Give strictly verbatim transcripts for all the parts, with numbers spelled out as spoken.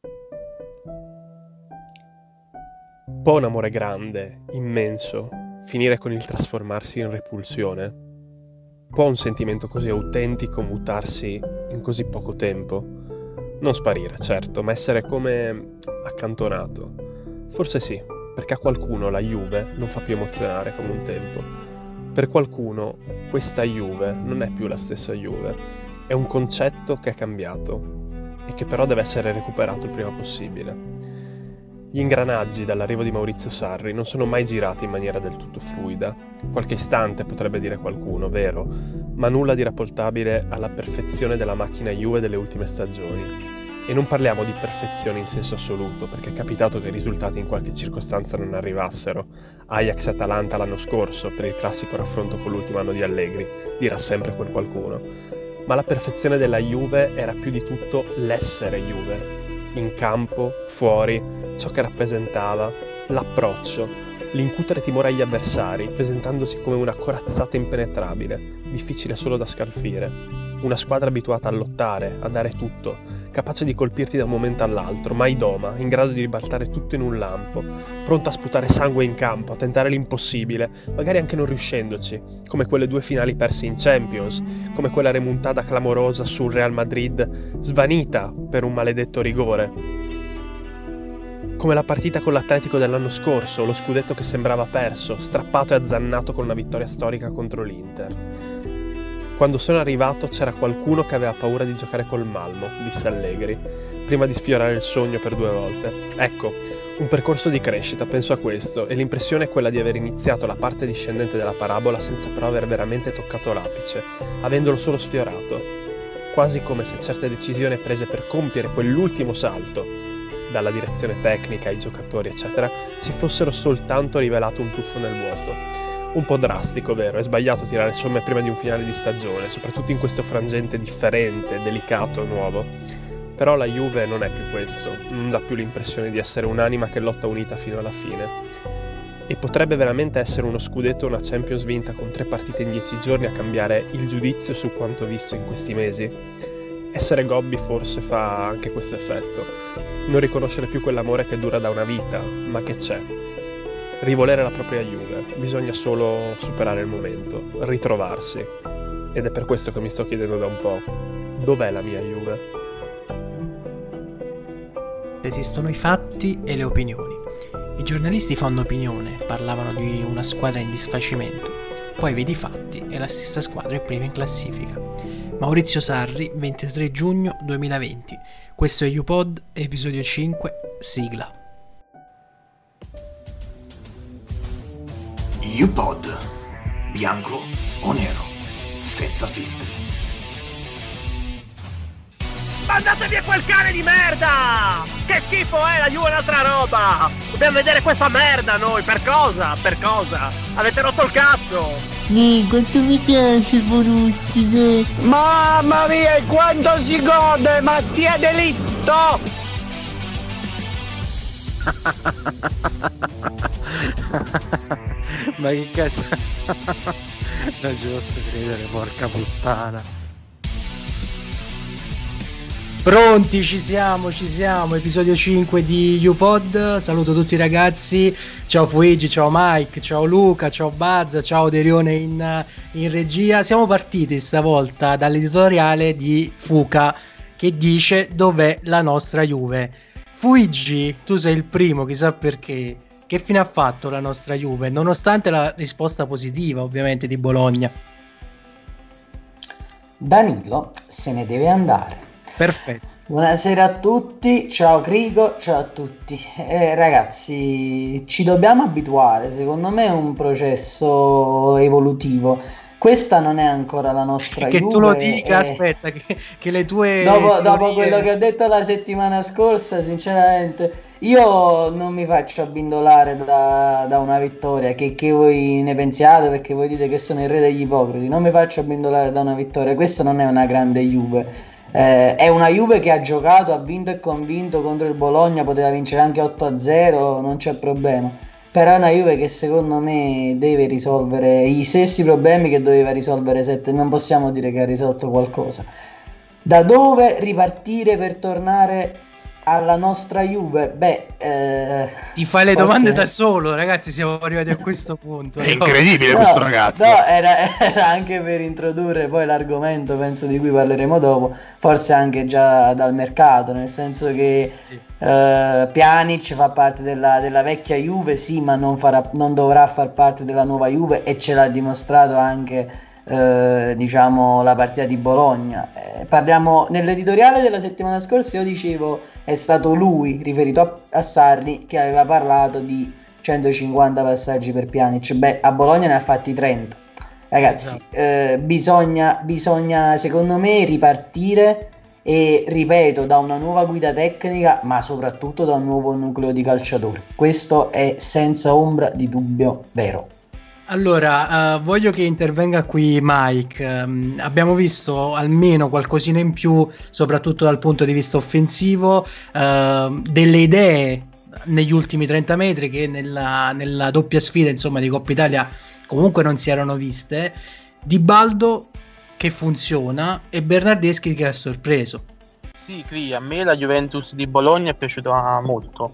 Può un amore grande, immenso, finire con il trasformarsi in repulsione? Può un sentimento così autentico mutarsi in così poco tempo? Non sparire, certo, ma essere come accantonato. Forse sì, perché a qualcuno la Juve non fa più emozionare come un tempo. Per qualcuno questa Juve non è più la stessa Juve. È un concetto che è cambiato e che però deve essere recuperato il prima possibile. Gli ingranaggi dall'arrivo di Maurizio Sarri non sono mai girati in maniera del tutto fluida. Qualche istante potrebbe dire qualcuno, vero, ma nulla di rapportabile alla perfezione della macchina Juve delle ultime stagioni. E non parliamo di perfezione in senso assoluto, perché è capitato che i risultati in qualche circostanza non arrivassero. Ajax e Atalanta l'anno scorso, per il classico raffronto con l'ultimo anno di Allegri, dirà sempre quel qualcuno. Ma la perfezione della Juve era più di tutto l'essere Juve. In campo, fuori, ciò che rappresentava, l'approccio, l'incutere timore agli avversari, presentandosi come una corazzata impenetrabile, difficile solo da scalfire. Una squadra abituata a lottare, a dare tutto, capace di colpirti da un momento all'altro, mai doma, in grado di ribaltare tutto in un lampo, pronta a sputare sangue in campo, a tentare l'impossibile, magari anche non riuscendoci, come quelle due finali perse in Champions, come quella remontata clamorosa sul Real Madrid, svanita per un maledetto rigore, come la partita con l'Atletico dell'anno scorso, lo scudetto che sembrava perso, strappato e azzannato con una vittoria storica contro l'Inter. Quando sono arrivato c'era qualcuno che aveva paura di giocare col Malmo, disse Allegri, prima di sfiorare il sogno per due volte. Ecco, un percorso di crescita, penso a questo, e l'impressione è quella di aver iniziato la parte discendente della parabola senza però aver veramente toccato l'apice, avendolo solo sfiorato, quasi come se certe decisioni prese per compiere quell'ultimo salto, dalla direzione tecnica ai giocatori eccetera, si fossero soltanto rivelato un tuffo nel vuoto. Un po' drastico, vero? È sbagliato tirare somme prima di un finale di stagione, soprattutto in questo frangente differente, delicato, nuovo. Però la Juve non è più questo, non dà più l'impressione di essere un'anima che lotta unita fino alla fine. E potrebbe veramente essere uno scudetto o una Champions vinta con tre partite in dieci giorni a cambiare il giudizio su quanto visto in questi mesi? Essere gobbi forse fa anche questo effetto. Non riconoscere più quell'amore che dura da una vita, ma che c'è. Rivolere la propria Juve, bisogna solo superare il momento, ritrovarsi. Ed è per questo che mi sto chiedendo da un po', dov'è la mia Juve? Esistono i fatti e le opinioni. I giornalisti fanno opinione, parlavano di una squadra in disfacimento. Poi vedi i fatti e la stessa squadra è prima in classifica. Maurizio Sarri, ventitré giugno duemilaventi. Questo è YouPod, episodio cinque, sigla. YouPod, bianco o nero, senza filtri. Mandate via quel cane di merda! Che schifo è, la Juve è un'altra roba! Dobbiamo vedere questa merda noi, per cosa? Per cosa? Avete rotto il cazzo! Mi, quanto mi piace Bonucci, dai. Mamma mia, e quanto si gode, Mattia Delitto! Ma che cazzo? Non ci posso credere, porca puttana. Pronti, ci siamo, ci siamo. Episodio cinque di YouPod. Saluto tutti i ragazzi. Ciao Fuigi, ciao Mike, ciao Luca, ciao Bazza, ciao Derione in, in regia. Siamo partiti stavolta dall'editoriale di Fuca che dice dov'è la nostra Juve. Fuigi, tu sei il primo, chissà perché. Che fine ha fatto la nostra Juve, nonostante la risposta positiva ovviamente di Bologna? Danilo se ne deve andare. Perfetto. Buonasera a tutti, ciao Crico, ciao a tutti. Eh, ragazzi, ci dobbiamo abituare, secondo me è un processo evolutivo. Questa non è ancora la nostra che Juve. Che tu lo dica, e... aspetta, che, che le tue Dopo, teorie... dopo quello che ho detto la settimana scorsa, sinceramente, io non mi faccio abbindolare da, da una vittoria, che, che voi ne pensiate, perché voi dite che sono il re degli ipocriti. Non mi faccio abbindolare da una vittoria, questa non è una grande Juve. Eh, è una Juve che ha giocato, ha vinto e convinto contro il Bologna, poteva vincere anche otto a zero, non c'è problema. Però è una Juve che secondo me deve risolvere gli stessi problemi che doveva risolvere sette. Non possiamo dire che ha risolto qualcosa. Da dove ripartire per tornare alla nostra Juve, beh, eh, ti fai le forse... domande da solo, ragazzi, siamo arrivati a questo punto. È incredibile no, questo ragazzo. No, era, era anche per introdurre poi l'argomento, penso, di cui parleremo dopo, forse anche già dal mercato, nel senso che Sì. eh, Pjanic fa parte della, della vecchia Juve, sì, ma non, farà, non dovrà far parte della nuova Juve, e ce l'ha dimostrato anche Eh, diciamo la partita di Bologna. Eh, parliamo nell'editoriale della settimana scorsa, io dicevo è stato lui, riferito a, a Sarri, che aveva parlato di centocinquanta passaggi per Pjanic. Beh, a Bologna ne ha fatti trenta, ragazzi. Esatto. eh, bisogna, bisogna secondo me ripartire, e ripeto, da una nuova guida tecnica, ma soprattutto da un nuovo nucleo di calciatori. Questo è senza ombra di dubbio vero. Allora, uh, voglio che intervenga qui Mike. Um, abbiamo visto almeno qualcosina in più, soprattutto dal punto di vista offensivo, uh, delle idee negli ultimi trenta metri che nella, nella doppia sfida, insomma, di Coppa Italia comunque non si erano viste. Di Baldo che funziona e Bernardeschi che ha sorpreso. Sì, Cri, a me la Juventus di Bologna è piaciuta molto,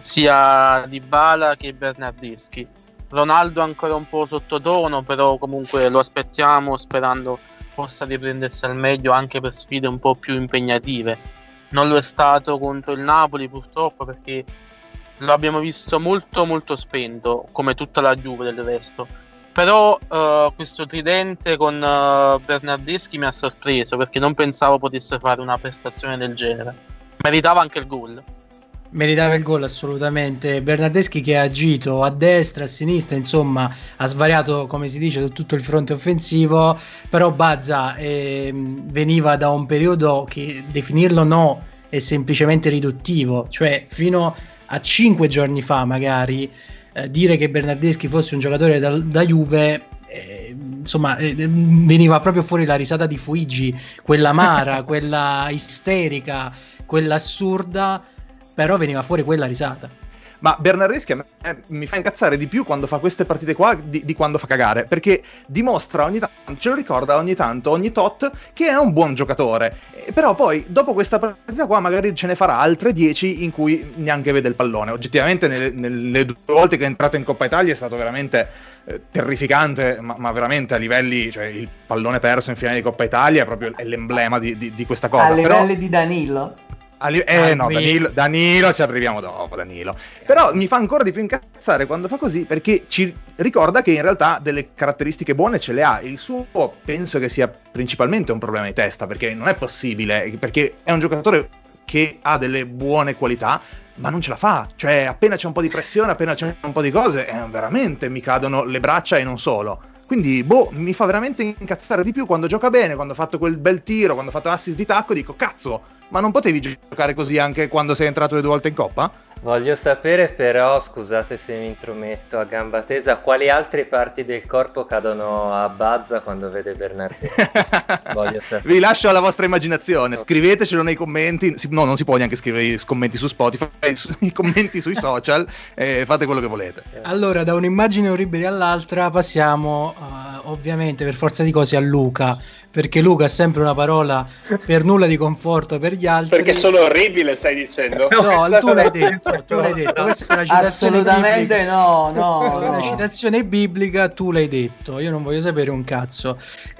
sia Dybala che Bernardeschi. Ronaldo ancora un po' sottotono, però comunque lo aspettiamo sperando possa riprendersi al meglio anche per sfide un po' più impegnative. Non lo è stato contro il Napoli purtroppo, perché lo abbiamo visto molto molto spento, come tutta la Juve del resto. Però uh, questo tridente con uh, Bernardeschi mi ha sorpreso, perché non pensavo potesse fare una prestazione del genere. Meritava anche il gol. Meritava il gol assolutamente. Bernardeschi che ha agito a destra, a sinistra, insomma ha svariato, come si dice, su tutto il fronte offensivo. Però Bazza eh, veniva da un periodo che definirlo no è semplicemente riduttivo, cioè fino a cinque giorni fa magari eh, dire che Bernardeschi fosse un giocatore da, da Juve eh, insomma eh, veniva proprio fuori la risata di Fuigi, quella amara, quella isterica, quella assurda, però veniva fuori quella risata. Ma Bernardeschi a me eh, mi fa incazzare di più quando fa queste partite qua di, di quando fa cagare, perché dimostra ogni tanto, ce lo ricorda ogni tanto, ogni tot, che è un buon giocatore. Eh, però poi dopo questa partita qua magari ce ne farà altre dieci in cui neanche vede il pallone. Oggettivamente nelle, nelle due volte che è entrato in Coppa Italia è stato veramente eh, terrificante, ma, ma veramente a livelli, cioè il pallone perso in finale di Coppa Italia è proprio è l'emblema di, di, di questa cosa. A però... livelli di Danilo. Li- eh no, Danilo, Danilo ci arriviamo dopo, Danilo. Però mi fa ancora di più incazzare quando fa così, perché ci ricorda che in realtà delle caratteristiche buone ce le ha. Il suo penso che sia principalmente un problema di testa, perché non è possibile, perché è un giocatore che ha delle buone qualità, ma non ce la fa. Cioè appena c'è un po' di pressione, appena c'è un po' di cose, eh, veramente mi cadono le braccia e non solo. Quindi, boh, mi fa veramente incazzare di più quando gioca bene, quando ha fatto quel bel tiro, quando ha fatto assist di tacco, dico, cazzo, ma non potevi giocare così anche quando sei entrato le due volte in Coppa? Voglio sapere però, scusate se mi intrometto a gamba tesa, quali altre parti del corpo cadono a Bazza quando vede Bernardeschi? Voglio sapere. Vi lascio alla vostra immaginazione, scrivetecelo nei commenti, no, non si può neanche scrivere i commenti su Spotify, i commenti sui social, e fate quello che volete. Allora, da un'immagine orribile all'altra passiamo uh, ovviamente per forza di cose a Luca, perché Luca ha sempre una parola per nulla di conforto per gli altri. Perché sono orribile, stai dicendo? No, tu l'hai detto, tu l'hai detto. Questa è una citazione assolutamente biblica. no, no, È una no. citazione biblica, tu l'hai detto. Io non voglio sapere un cazzo.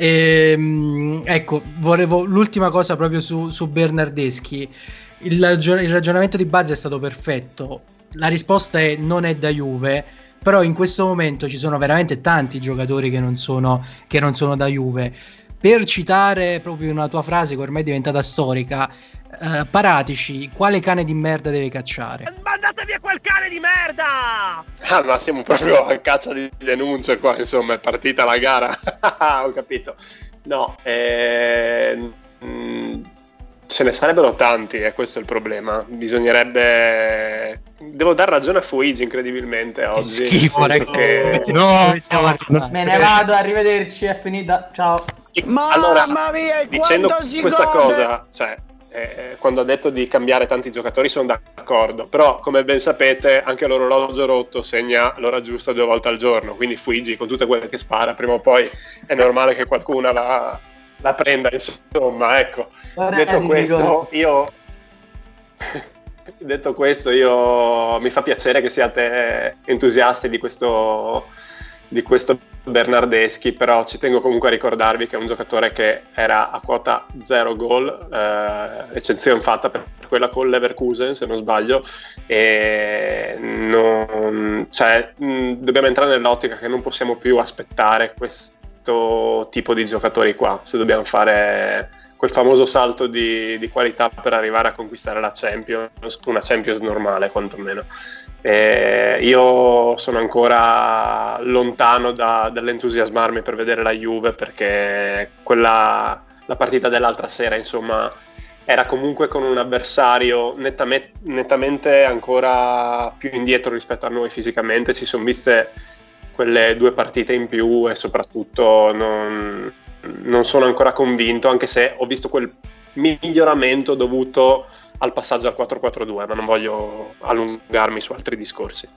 Ehm, ecco, volevo l'ultima cosa proprio su, su Bernardeschi. Il, il ragionamento di base è stato perfetto. La risposta è non è da Juve. Però in questo momento ci sono veramente tanti giocatori che non sono, che non sono da Juve. Per citare proprio una tua frase che ormai è diventata storica, eh, Paratici, quale cane di merda deve cacciare? Mandate via quel cane di merda! Ah, ma siamo proprio a caccia di denunce qua, insomma, è partita la gara. Ho capito. No, eh, mh, ce ne sarebbero tanti, e questo è il problema. Bisognerebbe... Devo dar ragione a Fuigi, incredibilmente, oggi. Che schifo, ragazzi. Che... No, no, Me ne vado, arrivederci, è finita, ciao. Mamma allora, mia, dicendo si questa gode! cosa, cioè, eh, quando ha detto di cambiare tanti giocatori sono d'accordo, però come ben sapete anche l'orologio rotto segna l'ora giusta due volte al giorno, quindi Fuigi con tutte quelle che spara prima o poi è normale che qualcuna la, la prenda, insomma, ecco. Ora Detto questo, dico... io detto questo, io mi fa piacere che siate entusiasti di questo, di questo Bernardeschi, però ci tengo comunque a ricordarvi che è un giocatore che era a quota zero gol, eh, eccezione fatta per quella con Leverkusen se non sbaglio, e non, cioè, mh, dobbiamo entrare nell'ottica che non possiamo più aspettare questo tipo di giocatori qua, se dobbiamo fare quel famoso salto di, di qualità per arrivare a conquistare la Champions, una Champions normale quantomeno. Eh, io sono ancora lontano da, dall'entusiasmarmi per vedere la Juve, perché quella, la partita dell'altra sera, insomma, era comunque con un avversario nettamente, nettamente ancora più indietro rispetto a noi fisicamente. Ci sono viste quelle due partite in più e soprattutto non, non sono ancora convinto, anche se ho visto quel miglioramento dovuto al passaggio al quattro quattro due, ma non voglio allungarmi su altri discorsi.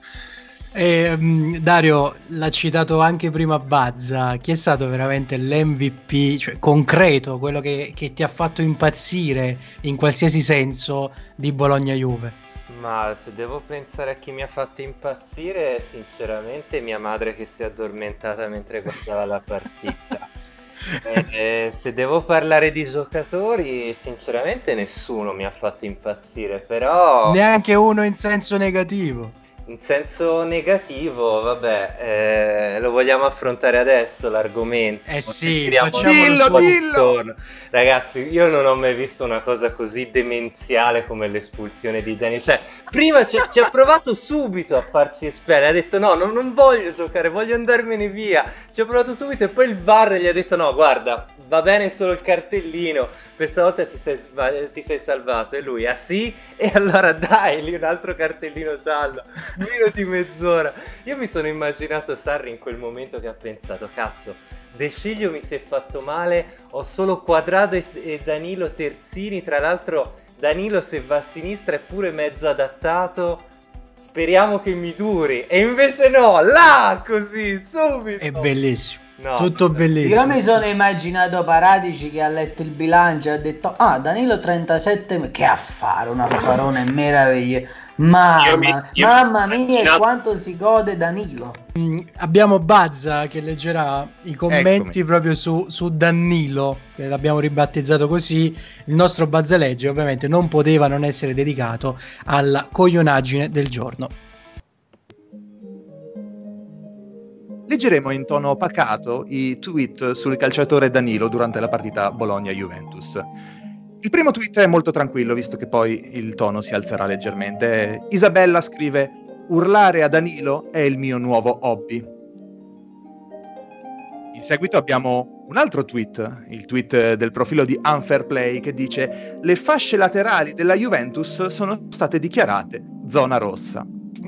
E, um, Dario, l'ha citato anche prima Bazza, chi è stato veramente l'M V P, cioè concreto, quello che, che ti ha fatto impazzire in qualsiasi senso di Bologna-Juve? Ma se devo pensare a chi mi ha fatto impazzire, sinceramente mia madre che si è addormentata mentre guardava la partita. Eh, se devo parlare di giocatori, sinceramente nessuno mi ha fatto impazzire, però neanche uno in senso negativo. In senso negativo, vabbè, eh, lo vogliamo affrontare adesso l'argomento? Eh sì, dillo, dillo! Ragazzi, io non ho mai visto una cosa così demenziale come l'espulsione di Dani. Cioè, prima ci, ci ha provato subito a farsi espellere, ha detto no, non, non voglio giocare, voglio andarmene via. Ci ha provato subito e poi il V A R gli ha detto no, guarda, va bene solo il cartellino, questa volta ti sei, sbagli- ti sei salvato. E lui, ah sì? E allora dai, lì un altro cartellino giallo. Meno di mezz'ora. Io mi sono immaginato Sarri in quel momento che ha pensato cazzo, De Sciglio mi si è fatto male, ho solo Quadrado e, e Danilo terzini, tra l'altro Danilo se va a sinistra è pure mezzo adattato, speriamo che mi duri, e invece no, là così subito. È bellissimo. No, tutto bellissimo. Io mi sono immaginato Paratici che ha letto il bilancio e ha detto ah, Danilo trentasette, che affare, un affarone meraviglioso. Mamma, io mi, io mamma mia, immaginato... quanto si gode Danilo. Mm, abbiamo Bazza che leggerà i commenti Eccomi. proprio su, su Danilo, che l'abbiamo ribattezzato così. Il nostro Bazza legge, ovviamente non poteva non essere dedicato alla coglionaggine del giorno. Leggeremo in tono pacato i tweet sul calciatore Danilo durante la partita Bologna-Juventus. Il primo tweet è molto tranquillo, visto che poi il tono si alzerà leggermente. Isabella scrive: urlare a Danilo è il mio nuovo hobby. In seguito abbiamo un altro tweet, il tweet del profilo di Unfair Play, che dice: le fasce laterali della Juventus sono state dichiarate zona rossa.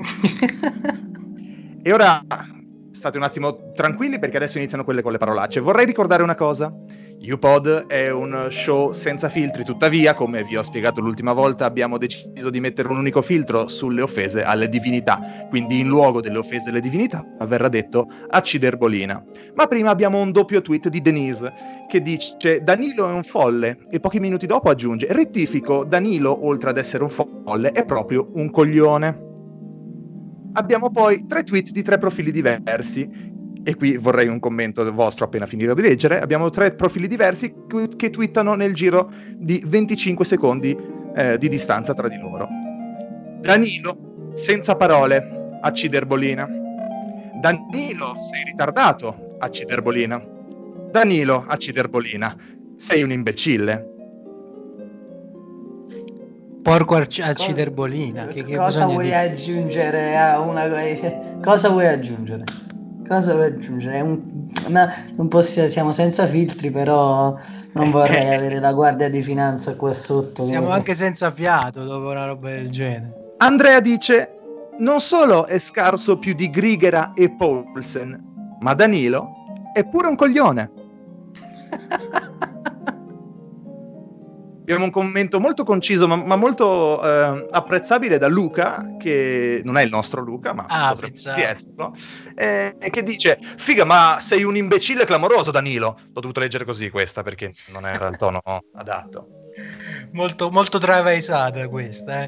E ora state un attimo tranquilli, perché adesso iniziano quelle con le parolacce. Vorrei ricordare una cosa: YouPod è un show senza filtri, tuttavia, come vi ho spiegato l'ultima volta, abbiamo deciso di mettere un unico filtro sulle offese alle divinità, quindi in luogo delle offese alle divinità verrà detto acciderbolina. Ma prima abbiamo un doppio tweet di Denise che dice: Danilo è un folle, e pochi minuti dopo aggiunge: rettifico, Danilo oltre ad essere un folle è proprio un coglione. Abbiamo poi tre tweet di tre profili diversi, e qui vorrei un commento vostro appena finirò di leggere. Abbiamo tre profili diversi che twittano nel giro di venticinque secondi eh, di distanza tra di loro. Danilo, senza parole, acciderbolina. Danilo, sei ritardato, acciderbolina. Danilo, acciderbolina, sei un imbecille. Porco acciderbolina. Che, che cosa vuoi dire? aggiungere a una cosa vuoi aggiungere? Cosa vuoi aggiungere? È un... no, non possiamo, siamo senza filtri, però non vorrei avere la guardia di finanza qua sotto. Siamo che... anche senza fiato dopo una roba del genere. Andrea dice: non solo è scarso più di Grigera e Poulsen, ma Danilo è pure un coglione. Abbiamo un commento molto conciso ma, ma molto eh, apprezzabile da Luca, che non è il nostro Luca, ma ah, potrebbe sì esserlo, eh, che dice: figa, ma sei un imbecille clamoroso, Danilo. L'ho dovuto leggere così questa perché non era il tono adatto. Molto, molto travisata questa, eh.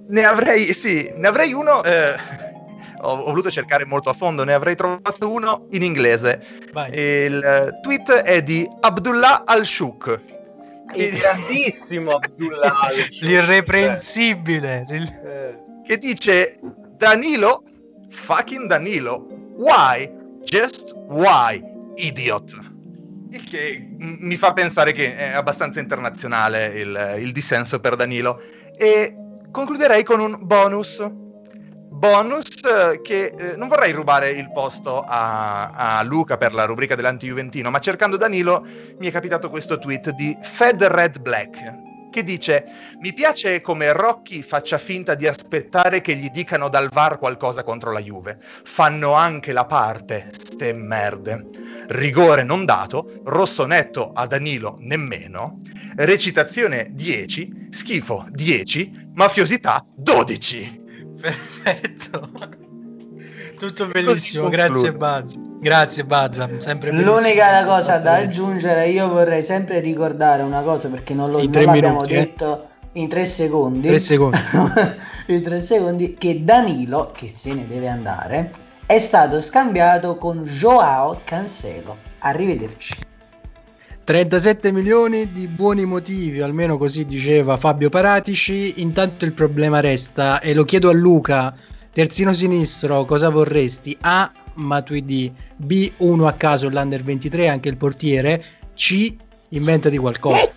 ne avrei, sì, ne avrei uno, eh, ho, ho voluto cercare molto a fondo, ne avrei trovato uno in inglese. Vai. Il tweet è di Abdullah Al-Shuk. Il grandissimo Abdullah Al-Shuk. L'irreprensibile. Eh, che dice: Danilo, fucking Danilo, why? Just why, idiot. Il che mi fa pensare che è abbastanza internazionale il, il dissenso per Danilo. E concluderei con un bonus. Bonus eh, che eh, non vorrei rubare il posto a, a Luca per la rubrica dell'anti-juventino, ma cercando Danilo mi è capitato questo tweet di Fed Red Black che dice: mi piace come Rocky faccia finta di aspettare che gli dicano dal V A R qualcosa contro la Juve. Fanno anche la parte, ste merde. Rigore non dato, rosso netto a Danilo nemmeno, recitazione dieci, schifo dieci, mafiosità dodici. Perfetto. Tutto bellissimo, grazie Bazza. Grazie Bazza, sempre bellissimo. L'unica cosa da aggiungere, io vorrei sempre ricordare una cosa, perché non lo non l'abbiamo minuti, detto eh? in tre secondi. Tre secondi. in tre secondi, che Danilo, che se ne deve andare, è stato scambiato con Joao Cancelo. Arrivederci. trentasette milioni di buoni motivi, almeno così diceva Fabio Paratici. Intanto il problema resta, e lo chiedo a Luca, terzino sinistro, cosa vorresti? A, Matuidi, B, uno a caso l'Under ventitré, anche il portiere, C, inventati qualcosa.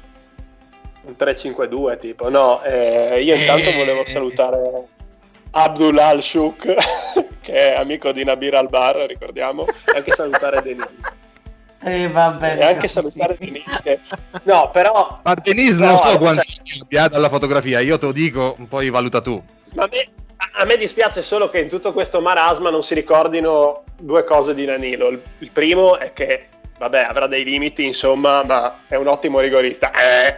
Un tre cinque due tipo, no, eh, io intanto eh... volevo salutare Abdullah Al-Shuk, che è amico di Nabir Al-Bar, ricordiamo, e anche salutare Denise. E eh, vabbè, e anche salutare sì. Denise che... no però ma Denise no, non so quanto cioè... abbia dalla fotografia, io te lo dico, poi valuta tu. Ma a me, a me dispiace solo che in tutto questo marasma non si ricordino due cose di Danilo. Il, il primo è che vabbè, avrà dei limiti, insomma, ma è un ottimo rigorista. Eh.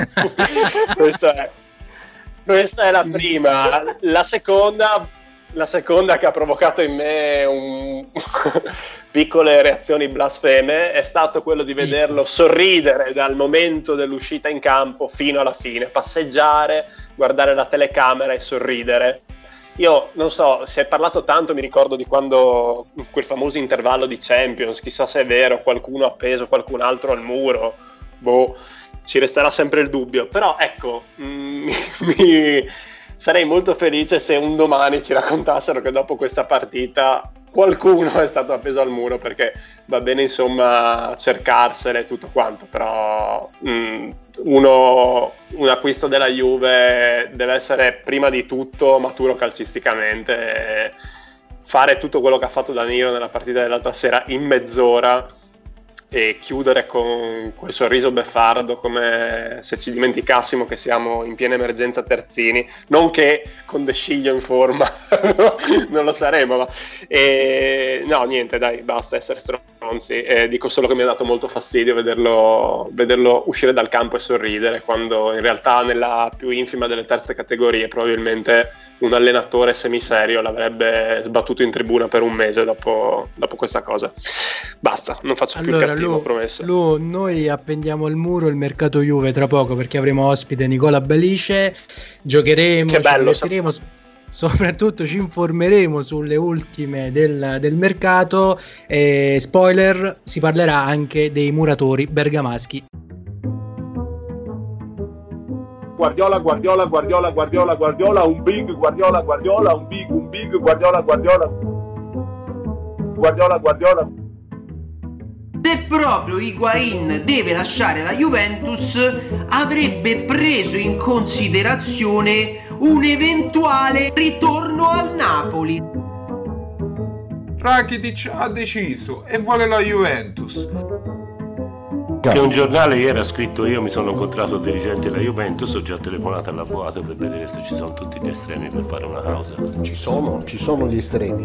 questa, è, questa è la prima. La seconda, la seconda che ha provocato in me un piccole reazioni blasfeme è stato quello di vederlo sorridere dal momento dell'uscita in campo fino alla fine, passeggiare, guardare la telecamera e sorridere. Io non so, si è parlato tanto, mi ricordo di quando quel famoso intervallo di Champions, chissà se è vero, qualcuno ha appeso qualcun altro al muro, boh, ci resterà sempre il dubbio, però ecco, mm, mi, sarei molto felice se un domani ci raccontassero che dopo questa partita qualcuno è stato appeso al muro, perché va bene insomma cercarsene e tutto quanto, però mm, uno, un acquisto della Juve deve essere prima di tutto maturo calcisticamente, e fare tutto quello che ha fatto Danilo nella partita dell'altra sera in mezz'ora e chiudere con quel sorriso beffardo, come se ci dimenticassimo che siamo in piena emergenza terzini, non che con De Sciglio in forma non lo saremo, ma e... no niente, dai, basta essere stronzi, e dico solo che mi ha dato molto fastidio vederlo, vederlo uscire dal campo e sorridere, quando in realtà nella più infima delle terze categorie probabilmente un allenatore semiserio l'avrebbe sbattuto in tribuna per un mese dopo, dopo questa cosa. Basta, non faccio allora, più il cattivo, Lu, promesso. Lu, noi appendiamo al muro il mercato Juve tra poco, perché avremo ospite Nicola Balice, giocheremo, che bello, ci divertiremo, soprattutto ci informeremo sulle ultime del, del mercato, e spoiler, si parlerà anche dei muratori bergamaschi. Guardiola, Guardiola, Guardiola, Guardiola, Guardiola, un big Guardiola, Guardiola, un big, un big Guardiola, Guardiola, Guardiola, Guardiola. Se proprio Higuaín deve lasciare la Juventus, avrebbe preso in considerazione un eventuale ritorno al Napoli. Rakitic ha deciso e vuole la Juventus. Che un giornale ieri ha scritto: io mi sono incontrato il dirigente della Juventus, ho già telefonato alla Boato per vedere se ci sono tutti gli estremi per fare una causa. Ci sono, ci sono gli estremi.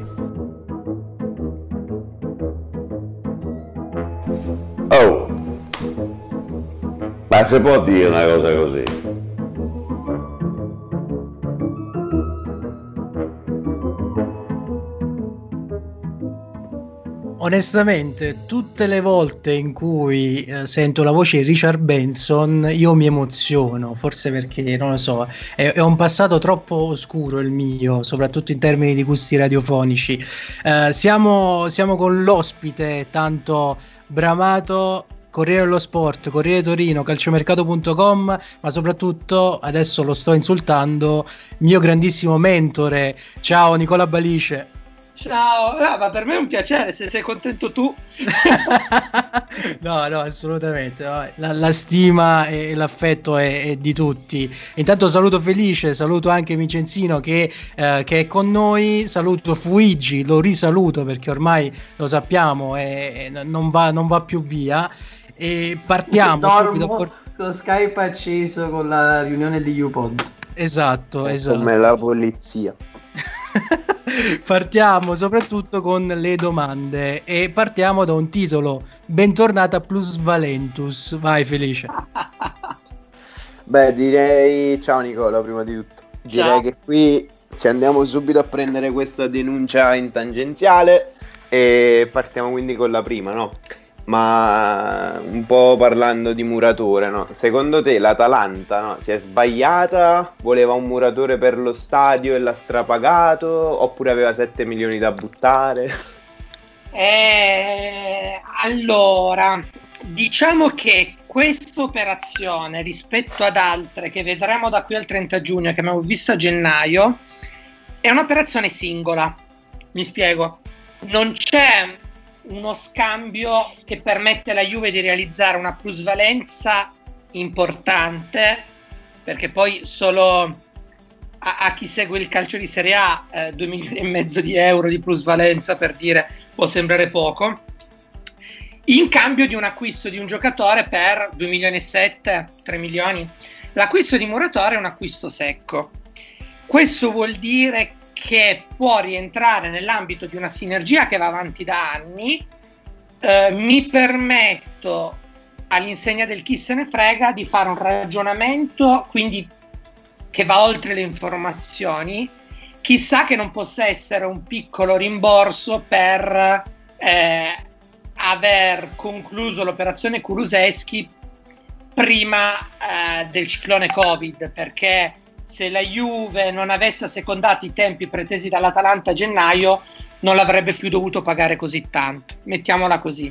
Oh, ma si può dire una cosa così? onestamente, tutte le volte in cui eh, sento la voce di Richard Benson, io mi emoziono, forse perché, non lo so, è, è un passato troppo oscuro il mio, soprattutto in termini di gusti radiofonici. Eh, siamo, siamo con l'ospite tanto bramato, Corriere dello Sport, Corriere Torino, calciomercato punto com, ma soprattutto, adesso lo sto insultando, mio grandissimo mentore. Ciao Nicola Balice. Ciao, ah, ma per me è un piacere, se sei contento tu. No, no, assolutamente. No. La, la stima e l'affetto è, è di tutti. Intanto saluto Felice, saluto anche Vincenzino che, eh, che è con noi, saluto Fuigi, lo risaluto perché ormai lo sappiamo e non va, non va più via. E partiamo Dormo subito por- con Skype acceso con la riunione di UPod. Esatto, esatto. Come la polizia. Partiamo soprattutto con le domande e partiamo da un titolo: bentornata Plus Valentus. Vai Felice. Beh, direi ciao Nicola, prima di tutto. Direi Ciao. che qui ci andiamo subito a prendere questa denuncia in tangenziale e partiamo quindi con la prima, no? Ma un po' parlando di muratore, no? Secondo te l'Atalanta, no? Si è sbagliata? Voleva un muratore per lo stadio e l'ha strapagato? Oppure aveva sette milioni da buttare? Eh, allora, diciamo che questa operazione rispetto ad altre che vedremo da qui al trenta giugno, che abbiamo visto a gennaio, è un'operazione singola. Mi spiego. Non c'è uno scambio che permette alla Juve di realizzare una plusvalenza importante, perché poi solo a, a chi segue il calcio di Serie A eh, due milioni e mezzo di euro di plusvalenza, per dire, può sembrare poco, in cambio di un acquisto di un giocatore per due milioni e sette, tre milioni. L'acquisto di Muratore è un acquisto secco. Questo vuol dire che può rientrare nell'ambito di una sinergia che va avanti da anni. Eh, mi permetto, all'insegna del chi se ne frega, di fare un ragionamento quindi che va oltre le informazioni. Chissà che non possa essere un piccolo rimborso per eh, aver concluso l'operazione Kulusevski prima eh, del ciclone Covid, perché se la Juve non avesse assecondato i tempi pretesi dall'Atalanta a gennaio non l'avrebbe più dovuto pagare così tanto, mettiamola così.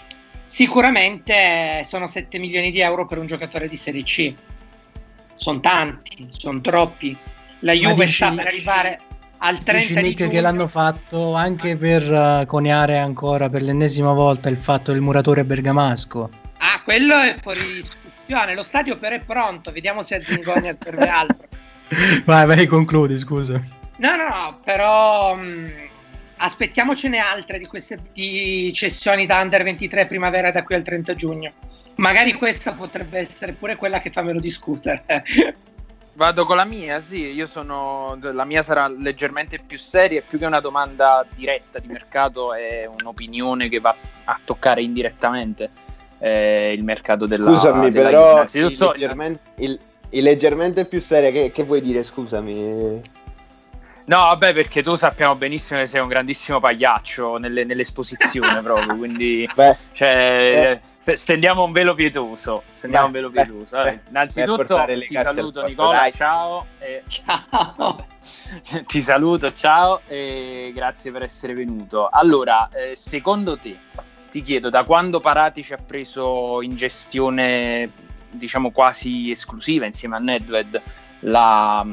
Sicuramente sono sette milioni di euro per un giocatore di Serie C, sono tanti, sono troppi. La Juve dici, sta per arrivare al trenta di giugno. Che l'hanno fatto anche per uh, coniare ancora per l'ennesima volta il fatto del muratore bergamasco. Ah, quello è fuori discussione. Lo stadio però è pronto, vediamo se a Zingonia serve altro. Vai, vai, concludi, scusa. No, no, no, però mh, aspettiamocene altre di queste di cessioni da Under ventitré primavera da qui al trenta giugno. Magari questa potrebbe essere pure quella che fa meno discutere. Vado con la mia, sì, io sono la mia sarà leggermente più seria e più che una domanda diretta di mercato è un'opinione che va a toccare indirettamente eh, il mercato della Scusami, della però innanzitutto il leggermente, il, il leggermente più seria che, che vuoi dire, scusami? No, vabbè, perché tu sappiamo benissimo che sei un grandissimo pagliaccio nelle, nell'esposizione proprio, quindi beh, cioè, beh. stendiamo un velo pietoso. Stendiamo beh, un velo beh, pietoso. Allora, beh, innanzitutto ti saluto Nicola, dai. ciao. E... ciao. Ti saluto, ciao e grazie per essere venuto. Allora, eh, secondo te, ti chiedo, da quando Paratici ha preso in gestione, diciamo quasi esclusiva insieme a Nedved, la...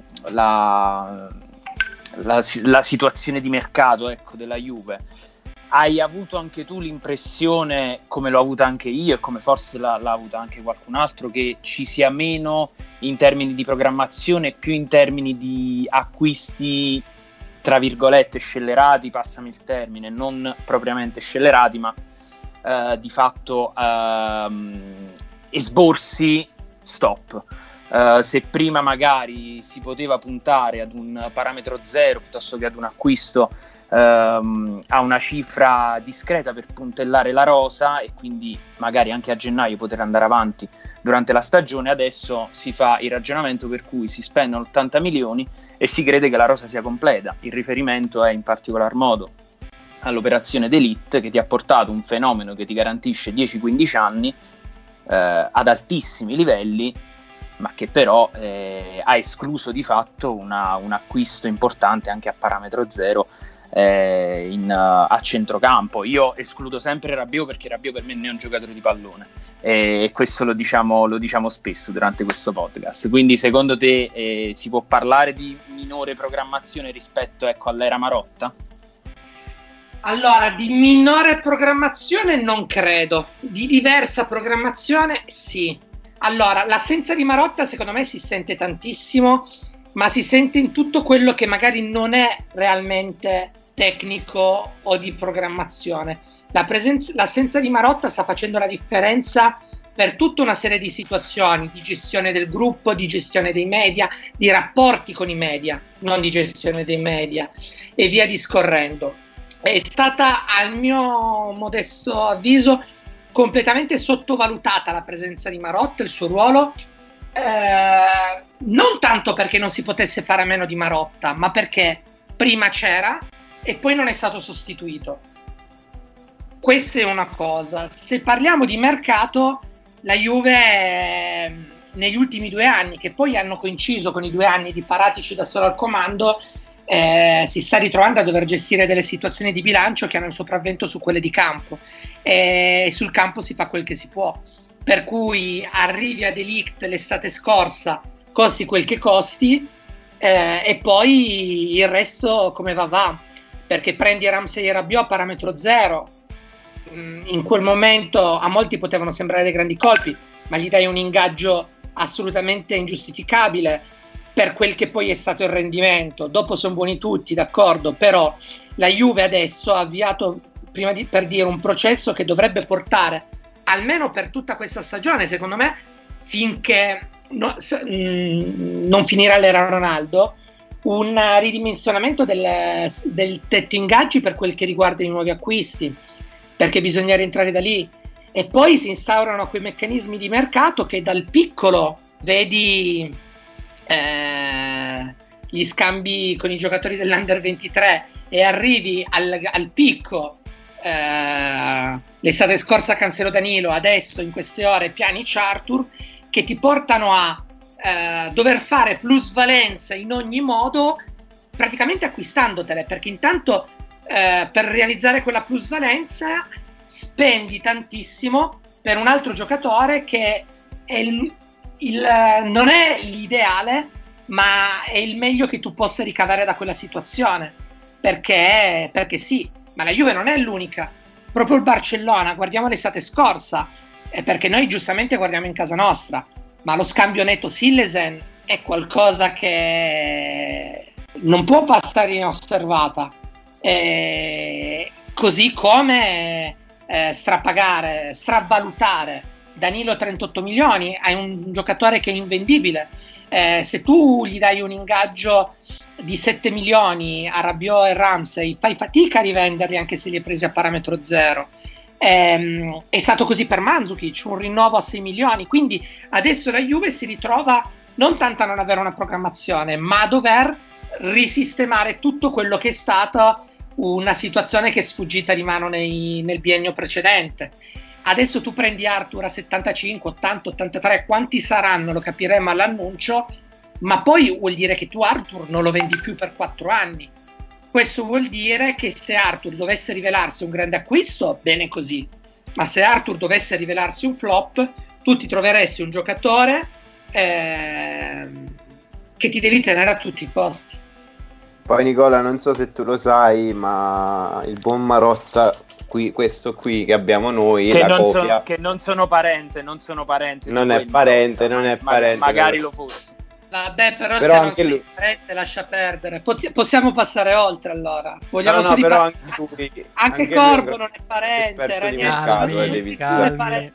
la La, la situazione di mercato, ecco, della Juve, hai avuto anche tu l'impressione, come l'ho avuta anche io e come forse l'ha, l'ha avuta anche qualcun altro, che ci sia meno in termini di programmazione, più in termini di acquisti tra virgolette scellerati, passami il termine, non propriamente scellerati, ma eh, di fatto ehm, esborsi stop? Uh, se prima magari si poteva puntare ad un parametro zero piuttosto che ad un acquisto um, a una cifra discreta per puntellare la rosa e quindi magari anche a gennaio poter andare avanti durante la stagione, adesso si fa il ragionamento per cui si spendono ottanta milioni e si crede che la rosa sia completa. Il riferimento è in particolar modo all'operazione d'Elite, che ti ha portato un fenomeno che ti garantisce dieci quindici anni eh, ad altissimi livelli, ma che però eh, ha escluso di fatto una, un acquisto importante anche a parametro zero eh, in, uh, a centrocampo. Io escludo sempre Rabiot, perché Rabiot per me non è un giocatore di pallone, e, e questo lo diciamo, lo diciamo spesso durante questo podcast. Quindi secondo te eh, si può parlare di minore programmazione rispetto, ecco, all'era Marotta? Allora, di minore programmazione non credo, di diversa programmazione sì. Allora, l'assenza di Marotta secondo me si sente tantissimo, ma si sente in tutto quello che magari non è realmente tecnico o di programmazione. La presenza, l'assenza di Marotta sta facendo la differenza per tutta una serie di situazioni, di gestione del gruppo, di gestione dei media, di rapporti con i media, non di gestione dei media, e via discorrendo. È stata, al mio modesto avviso, completamente sottovalutata la presenza di Marotta, il suo ruolo, eh, non tanto perché non si potesse fare a meno di Marotta, ma perché prima c'era e poi non è stato sostituito. Questa è una cosa. Se parliamo di mercato, la Juve eh, negli ultimi due anni, che poi hanno coinciso con i due anni di Paratici da solo al comando, Eh, si sta ritrovando a dover gestire delle situazioni di bilancio che hanno il sopravvento su quelle di campo, e sul campo si fa quel che si può, per cui arrivi a De Ligt l'estate scorsa, costi quel che costi, eh, e poi il resto come va va, perché prendi Ramsey e Rabiot a parametro zero. In quel momento a molti potevano sembrare dei grandi colpi, ma gli dai un ingaggio assolutamente ingiustificabile per quel che poi è stato il rendimento. Dopo sono buoni tutti, d'accordo, però la Juve adesso ha avviato, prima di, per dire, un processo che dovrebbe portare, almeno per tutta questa stagione, secondo me, finché no, s- mh, non finirà l'era Ronaldo, un ridimensionamento del, del tetto ingaggi per quel che riguarda i nuovi acquisti, perché bisogna rientrare da lì, e poi si instaurano quei meccanismi di mercato che dal piccolo vedi Eh, gli scambi con i giocatori dell'Under ventitré e arrivi al, al picco, eh, l'estate scorsa Cancelo Danilo, adesso in queste ore Pjanic Arthur, che ti portano a eh, dover fare plusvalenza in ogni modo, praticamente acquistandotele, perché intanto eh, per realizzare quella plusvalenza spendi tantissimo per un altro giocatore che è il Il, non è l'ideale, ma è il meglio che tu possa ricavare da quella situazione, perché, perché sì, ma la Juve non è l'unica. Proprio il Barcellona, guardiamo l'estate scorsa, è perché noi giustamente guardiamo in casa nostra, ma lo scambio netto Sillesen è qualcosa che non può passare inosservata, eh, così come eh, strapagare, stravalutare Danilo trentotto milioni, hai un giocatore che è invendibile. Eh, se tu gli dai un ingaggio di sette milioni a Rabiot e Ramsey, fai fatica a rivenderli anche se li hai presi a parametro zero. Eh, è stato così per Mandzukic, un rinnovo a sei milioni. Quindi adesso la Juve si ritrova non tanto a non avere una programmazione, ma a dover risistemare tutto quello che è stata una situazione che è sfuggita di mano nei, nel biennio precedente. Adesso tu prendi Arthur a settantacinque, ottanta, ottantatré, quanti saranno lo capiremo all'annuncio, ma poi vuol dire che tu Arthur non lo vendi più per quattro anni. Questo vuol dire che se Arthur dovesse rivelarsi un grande acquisto, bene così, ma se Arthur dovesse rivelarsi un flop, tu ti troveresti un giocatore eh, che ti devi tenere a tutti i costi. Poi Nicola, non so se tu lo sai, ma il buon Marotta, qui, questo qui che abbiamo noi, che, la non copia, sono, che non sono parente, non sono parente. non è parente, non è Ma- parente. magari però- lo fosse. Vabbè, però, Però se non anche sei lui- parente, lascia perdere. Pot- possiamo passare oltre, allora. Vogliamo No, no, solo però ripa- anche lui, anche, anche lui Corvo è non è parente, esperto di Ranieri mercato, eh, devi sapere. calmi.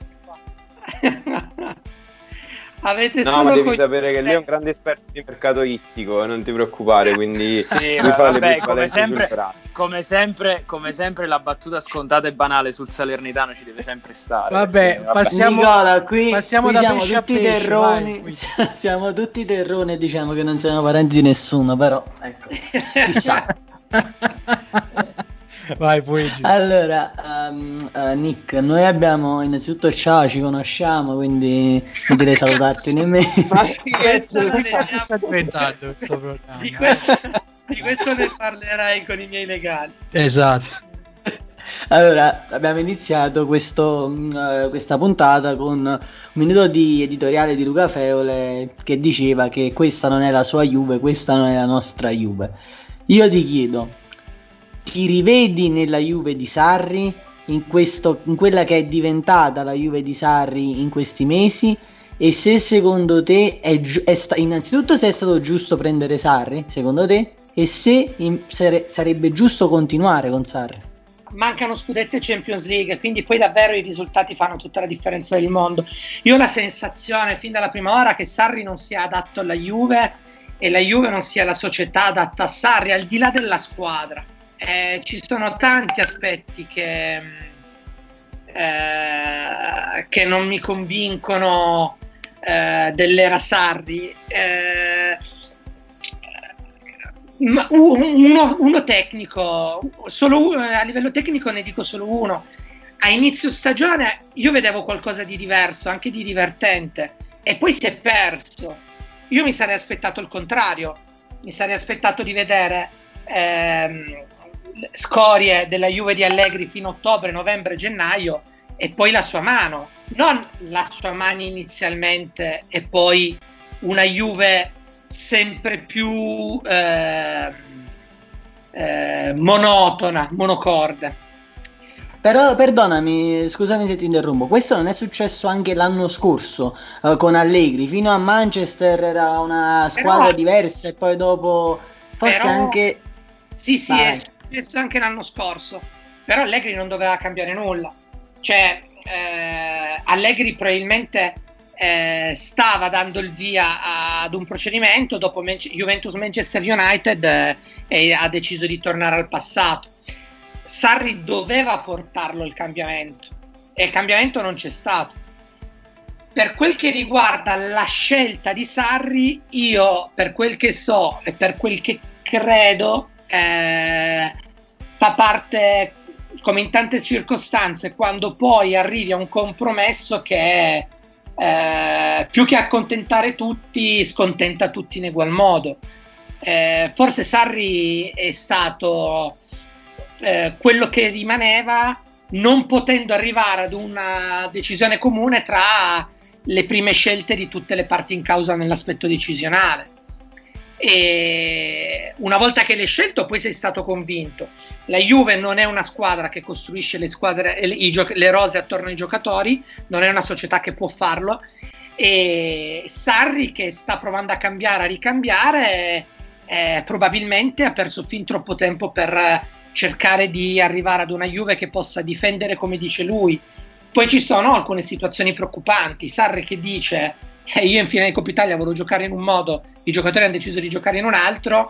Avete No, solo ma devi coi- sapere che lui è un grande esperto di mercato ittico, non ti preoccupare, quindi Sì, lui ma fa le vabbè, come plusvalenze sempre, sul brano. come, sempre, come sempre la battuta scontata e banale sul Salernitano ci deve sempre stare. Vabbè, perché, passiamo- Nicola, qui, passiamo qui da siamo pesce a tutti pesce, terroni, vai, siamo tutti terroni e diciamo che non siamo parenti di nessuno, però ecco, chissà. Vai Fuigi. Allora, um, uh, Nick, noi abbiamo innanzitutto ciao, ci conosciamo, quindi non direi salutarti nemmeno. Ma che cazzo sta diventando questo programma? Di questo, di questo ne parlerai con i miei legali. Esatto. Allora, abbiamo iniziato questo, uh, questa puntata con un minuto di editoriale di Luca Feole che diceva che questa non è la sua Juve, questa non è la nostra Juve. Io ti chiedo, ti rivedi nella Juve di Sarri, in, questo, in quella che è diventata la Juve di Sarri in questi mesi? E se secondo te è, gi- è sta- innanzitutto se è stato giusto prendere Sarri, secondo te? E se in- sare- sarebbe giusto continuare con Sarri? Mancano scudetti e Champions League, quindi poi davvero i risultati fanno tutta la differenza del mondo. Io ho la sensazione fin dalla prima ora che Sarri non sia adatto alla Juve e la Juve non sia la società adatta a Sarri, al di là della squadra. Eh, ci sono tanti aspetti che, eh, che non mi convincono eh, dell'era Sarri. Eh, Uno, uno tecnico, solo uno, a livello tecnico ne dico solo uno. A inizio stagione io vedevo qualcosa di diverso, anche di divertente, e poi si è perso. Io mi sarei aspettato il contrario, mi sarei aspettato di vedere ehm, scorie della Juve di Allegri fino a ottobre, novembre, gennaio, e poi la sua mano, non la sua mano inizialmente e poi una Juve sempre più eh, eh, monotona, monocorde. Però perdonami, scusami se ti interrompo, questo non è successo anche l'anno scorso eh, con Allegri, fino a Manchester era una squadra Però, diversa e poi dopo forse però, anche... Sì, sì, Vai. è successo anche l'anno scorso, però Allegri non doveva cambiare nulla, cioè eh, Allegri probabilmente Eh, stava dando il via ad un procedimento dopo Man- Juventus Manchester United eh, e ha deciso di tornare al passato. Sarri doveva portarlo il cambiamento e il cambiamento non c'è stato. Per quel che riguarda la scelta di Sarri, io per quel che so e per quel che credo eh, fa parte, come in tante circostanze, quando poi arrivi a un compromesso che è Eh, più che accontentare tutti, scontenta tutti in egual modo. Eh, forse Sarri è stato eh, quello che rimaneva, non potendo arrivare ad una decisione comune tra le prime scelte di tutte le parti in causa nell'aspetto decisionale. E una volta che l'hai scelto, poi sei stato convinto. La Juve non è una squadra che costruisce le squadre, le, i gioc- le rose attorno ai giocatori, non è una società che può farlo, e Sarri, che sta provando a cambiare, a ricambiare, eh, probabilmente ha perso fin troppo tempo per cercare di arrivare ad una Juve che possa difendere come dice lui. Poi ci sono alcune situazioni preoccupanti. Sarri che dice eh, io in finale di Coppa Italia volevo giocare in un modo, i giocatori hanno deciso di giocare in un altro.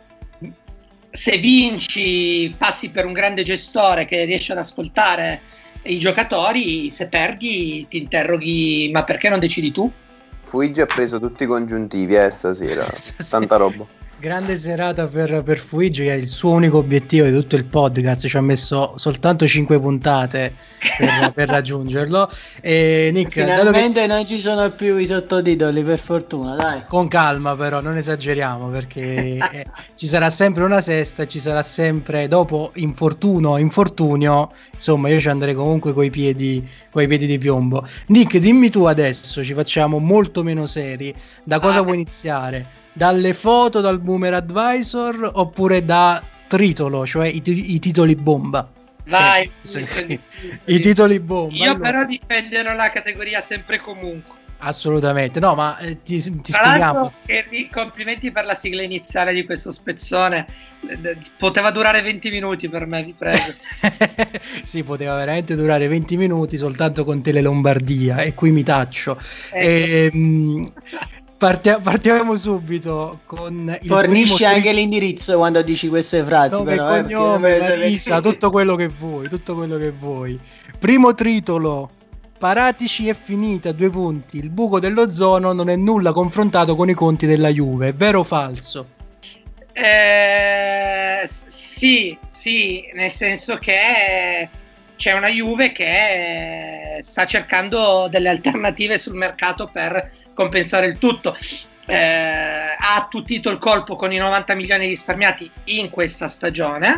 Se vinci passi per un grande gestore che riesce ad ascoltare i giocatori, se perdi ti interroghi ma perché non decidi tu? Fuigi ha preso tutti i congiuntivi eh, stasera, tanta roba. Grande serata per, per Fuigi, che è il suo unico obiettivo di tutto il podcast, ci ha messo soltanto cinque puntate per, per raggiungerlo. E Nick, finalmente che... non ci sono più i sottotitoli, per fortuna, dai. Con calma però, non esageriamo, perché eh, ci sarà sempre una sesta, ci sarà sempre, dopo infortunio, infortunio, insomma io ci andrei comunque coi piedi, coi piedi di piombo. Nick, dimmi tu adesso, ci facciamo molto meno seri, da cosa ah, vuoi iniziare? Dalle foto, dal Boomer Advisor, oppure da tritolo, cioè i, t- i titoli bomba? Vai, eh, se... i titoli bomba. Io allora... però difenderò la categoria sempre e comunque. Assolutamente, no, ma eh, ti, ti spieghiamo. E complimenti per la sigla iniziale di questo spezzone. Poteva durare venti minuti per me, vi prego. Sì, poteva veramente durare venti minuti soltanto con Tele Lombardia, e qui mi taccio. Eh. E, Partia- partiamo subito con il fornisci primo... anche l'indirizzo quando dici queste frasi, nome, però, cognome, eh, Marisa, tutto quello che vuoi, tutto quello che vuoi. Primo titolo: Paratici è finita, due punti. Il buco dell'ozono non è nulla confrontato con i conti della Juve, vero o falso? Eh, sì, sì, nel senso che c'è una Juve che sta cercando delle alternative sul mercato per compensare il tutto. Eh, ha attutito il colpo con i novanta milioni risparmiati in questa stagione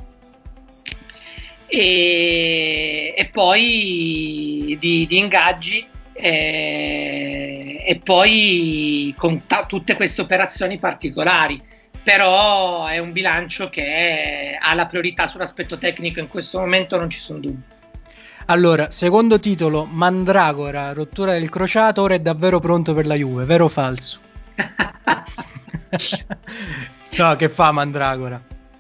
e, e poi di, di ingaggi e, e poi con ta- tutte queste operazioni particolari. Però è un bilancio che ha la priorità sull'aspetto tecnico, in questo momento non ci sono dubbi. Allora, secondo titolo, Mandragora, rottura del crociato, ora è davvero pronto per la Juve, vero o falso? No, che fa Mandragora?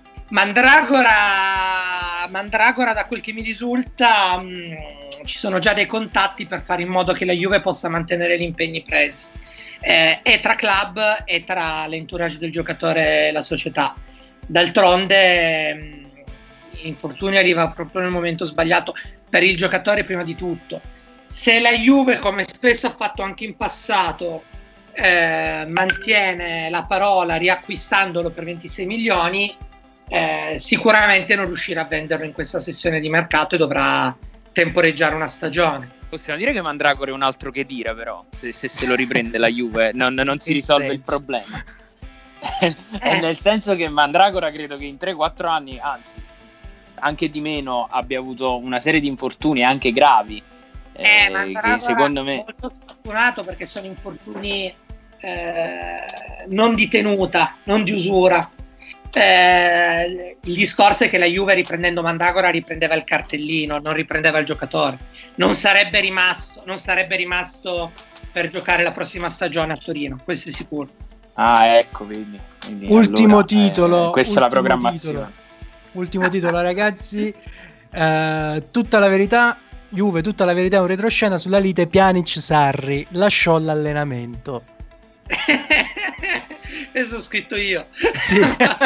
Mandragora, Mandragora da quel che mi risulta, mh, ci sono già dei contatti per fare in modo che la Juve possa mantenere gli impegni presi. Eh, è tra club e tra l'entourage del giocatore e la società. D'altronde mh, l'infortunio arriva proprio nel momento sbagliato per il giocatore prima di tutto. Se la Juve, come spesso ha fatto anche in passato, eh, mantiene la parola riacquistandolo per ventisei milioni, eh, sicuramente non riuscirà a venderlo in questa sessione di mercato e dovrà temporeggiare una stagione. Possiamo dire che Mandragora è un altro che tira, però se, se se lo riprende la Juve non, non si risolve il problema. eh. Nel senso che Mandragora credo che in tre quattro anni, anzi anche di meno, abbia avuto una serie di infortuni anche gravi, eh, eh, che secondo me è molto sfortunato perché sono infortuni eh, non di tenuta, non di usura. Eh, il discorso è che la Juve, riprendendo Mandragora, riprendeva il cartellino, non riprendeva il giocatore. Non sarebbe rimasto, non sarebbe rimasto per giocare la prossima stagione a Torino, questo è sicuro. Ah, ecco, vedi, vedi. Ultimo Allora, titolo, eh, questa è la ultimo programmazione. Titolo. Ultimo titolo, ragazzi. Eh, tutta la verità, Juve, tutta la verità è un retroscena sulla lite Pjanic-Sarri. Lasciò l'allenamento. Questo ho scritto io. Sì.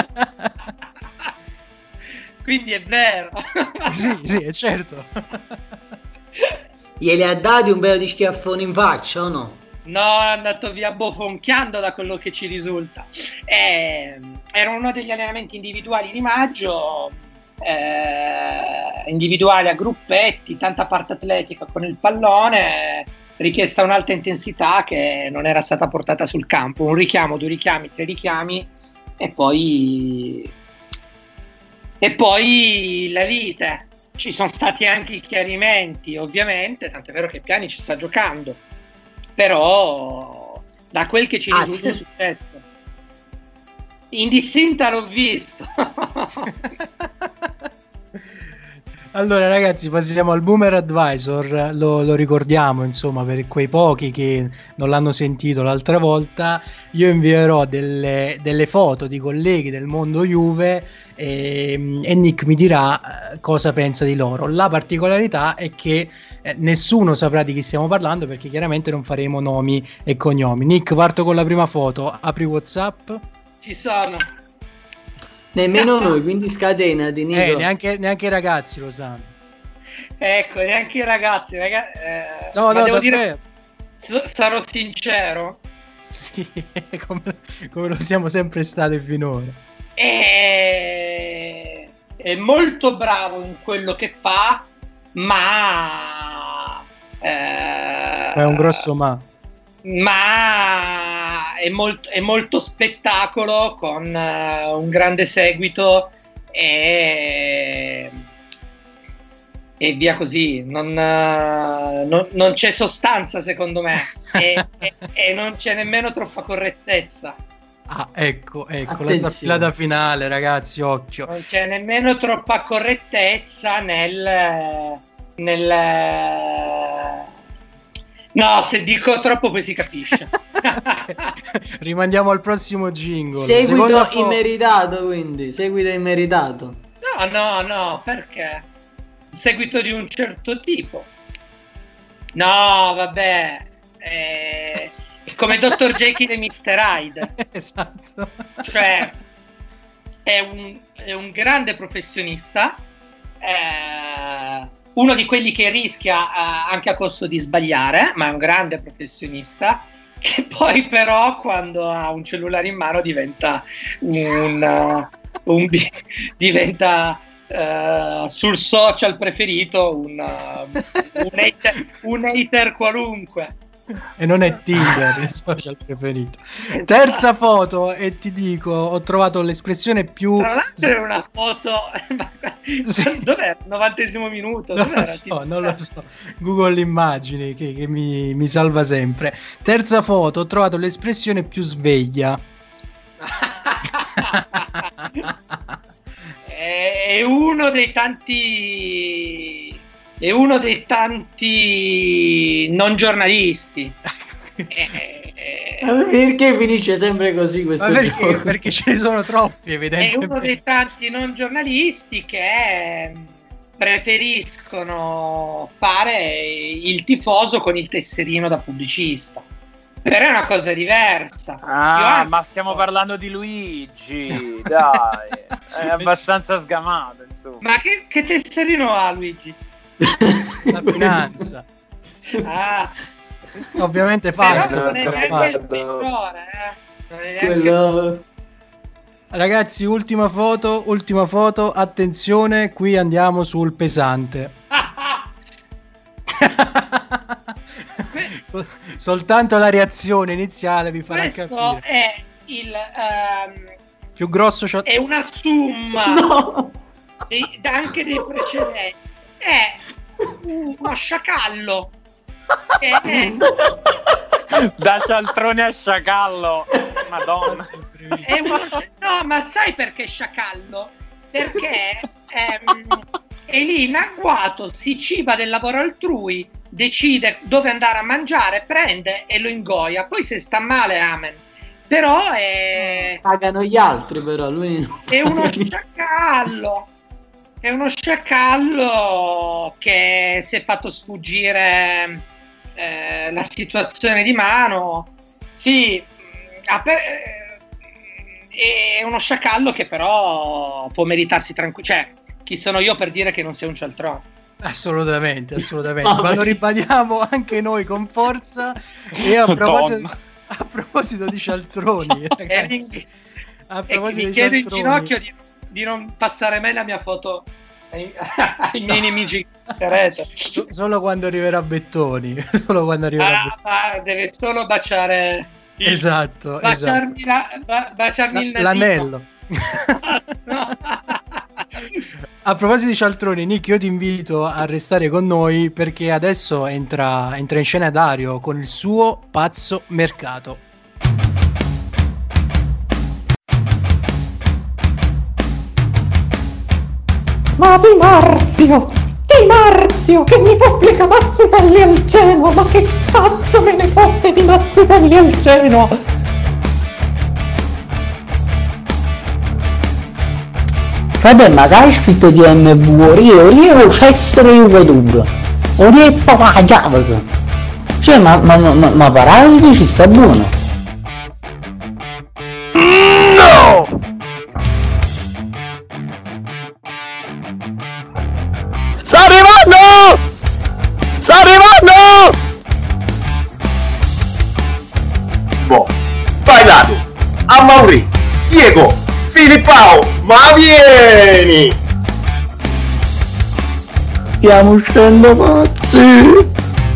Quindi è vero. Sì, sì, è certo. Glieli ha dati un paio di schiaffoni in faccia o no? No, è andato via bofonchiando da quello che ci risulta. Eh, era uno degli allenamenti individuali di maggio, eh, individuali a gruppetti, tanta parte atletica con il pallone, richiesta un'alta intensità che non era stata portata sul campo. Un richiamo, due richiami, tre richiami e poi e poi la lite. Ci sono stati anche i chiarimenti, ovviamente, tant'è vero che Pjanic ci sta giocando, però da quel che ci ah, risulta sì? è successo. Indistinta l'ho visto. Allora ragazzi, passiamo al Boomer Advisor, lo, lo ricordiamo insomma per quei pochi che non l'hanno sentito l'altra volta. Io invierò delle, delle foto di colleghi del mondo Juve e, e Nick mi dirà cosa pensa di loro. La particolarità è che eh, nessuno saprà di chi stiamo parlando perché chiaramente non faremo nomi e cognomi. Nick, parto con la prima foto, apri WhatsApp. Ci sono. Nemmeno noi, quindi scatenati, Nico. Eh, neanche, neanche i ragazzi lo sanno. Ecco, neanche i ragazzi, raga- eh, no, ma no, devo davvero. dire, s- sarò sincero, sì, come, come lo siamo sempre stati finora. È, è molto bravo in quello che fa, ma eh, È un grosso ma. ma è molto, è molto spettacolo con uh, un grande seguito e, e via così. Non, uh, non, non c'è sostanza secondo me e, e, e non c'è nemmeno troppa correttezza. Ah, ecco, ecco, Attenzione. la staffilata finale, ragazzi, occhio. Non c'è nemmeno troppa correttezza nel... nel no, se dico troppo poi si capisce. Rimandiamo al prossimo jingle. Seguito Seconda fo- immeritato, quindi. Seguito immeritato. No, no, no, perché? Seguito di un certo tipo. No, vabbè. È, è come dottor Jekyll e mister Hyde. Esatto. Cioè, è un, è un grande professionista, eh, uno di quelli che rischia eh, anche a costo di sbagliare, ma è un grande professionista che poi però quando ha un cellulare in mano diventa un, un bi- diventa uh, sul social preferito un, uh, un, hater, un hater qualunque. E non è Tinder il social preferito. Terza foto, e ti dico, ho trovato l'espressione più... Tra l'altro è una foto... Sì. Dov'era? novantesimo minuto? Non lo so, non lo so. Google Immagini che, che mi, mi salva sempre. Terza foto, ho trovato l'espressione più sveglia. È uno dei tanti... È uno dei tanti non giornalisti. eh, perché finisce sempre così questo Ma perché? gioco? Perché ce ne sono troppi, È evidentemente. uno dei tanti non giornalisti che preferiscono fare il tifoso con il tesserino da pubblicista. Però è una cosa diversa. Ah, Io ma stiamo parlando di Luigi, dai, è abbastanza sgamato, insomma. Ma che, che tesserino ha Luigi? La finanza. Ah, ovviamente però falso. non è neanche il peggiore, eh. Non è neanche Quello... Ragazzi, ultima foto, ultima foto, attenzione, qui andiamo sul pesante. Sol- soltanto la reazione iniziale vi farà Questo capire. è il ehm, Più grosso shot. è una summa No! dei- anche dei precedenti. È uno sciacallo che è, Da cialtrone a sciacallo, madonna. è uno sci- no, ma sai perché sciacallo? Perché ehm, è lì in agguato, si ciba del lavoro altrui, decide dove andare a mangiare, prende e lo ingoia. Poi se sta male, amen. Però è, Pagano gli altri, però lui no. è uno sciacallo. È uno sciacallo che si è fatto sfuggire eh, la situazione di mano. Sì, ha per- eh, è uno sciacallo che però può meritarsi tranquillo. Cioè, chi sono io per dire che non sia un cialtrone? Assolutamente, assolutamente. Ma lo ribadiamo anche noi con forza. E a proposito, a proposito di cialtroni, ragazzi, a E proposito mi di chiedo in cialtroni, ginocchio di, di non passare mai la mia foto ai, ai miei nemici in rete. so- solo quando arriverà Bettoni, solo quando arriverà Ah, ma deve solo baciare il, Esatto, baciarmi, la, ba- baciarmi il Bettoni. nasino. L'anello. A proposito di cialtroni, Nick, io ti invito a restare con noi perché adesso entra, entra in scena Dario con il suo pazzo mercato. Ma Di Marzio, Di Marzio che mi pubblica Mazzitelli al Genoa, ma che cazzo me ne fotte di Mazzitelli al Genoa? Vabbè, ma che hai scritto di M V? Rio, Rio, Cestro e Juventus. Rio è proprio la chiave. Cioè, ma, ma, ma, ma, ma Parati ci sta buono. No! Sta arrivando! Sta arrivando! Boh, bailado, a Mauri, Diego, Filippao, ma vieni! Stiamo uscendo pazzi!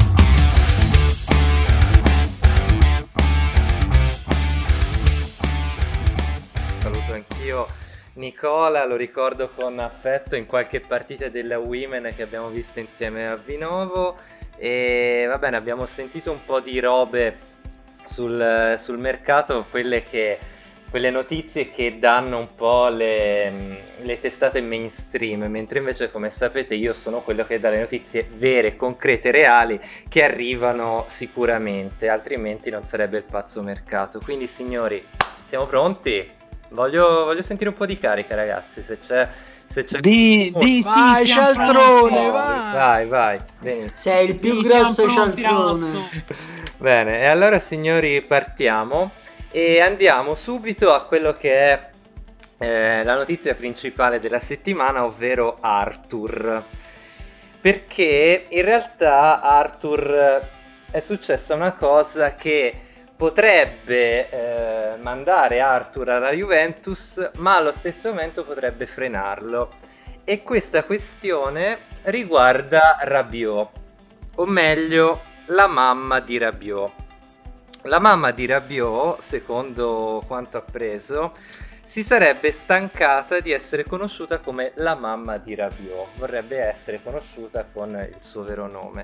Saluto anch'io Nicola, lo ricordo con affetto in qualche partita della Women che abbiamo visto insieme a Vinovo. E va bene, abbiamo sentito un po' di robe sul, sul mercato, quelle che quelle notizie che danno un po' le, le testate mainstream, mentre invece, come sapete, io sono quello che dà le notizie vere, concrete, reali, che arrivano sicuramente, altrimenti non sarebbe il pazzo mercato. Quindi, signori, siamo pronti? Voglio, voglio sentire un po' di carica, ragazzi, se c'è... Se c'è... Di, di Vai, sì, siamo cialtrone, pronti. vai! Vai, vai, benissimo. Sei il più Sì, grosso siamo pronti, cialtrone. Razzo. Bene, e allora, signori, partiamo e andiamo subito a quello che è eh, la notizia principale della settimana, ovvero Arthur. Perché in realtà Arthur è successa una cosa che potrebbe eh, mandare Arthur alla Juventus, ma allo stesso momento potrebbe frenarlo. E questa questione riguarda Rabiot, o meglio la mamma di Rabiot. La mamma di Rabiot, secondo quanto appreso, si sarebbe stancata di essere conosciuta come la mamma di Rabiot, vorrebbe essere conosciuta con il suo vero nome.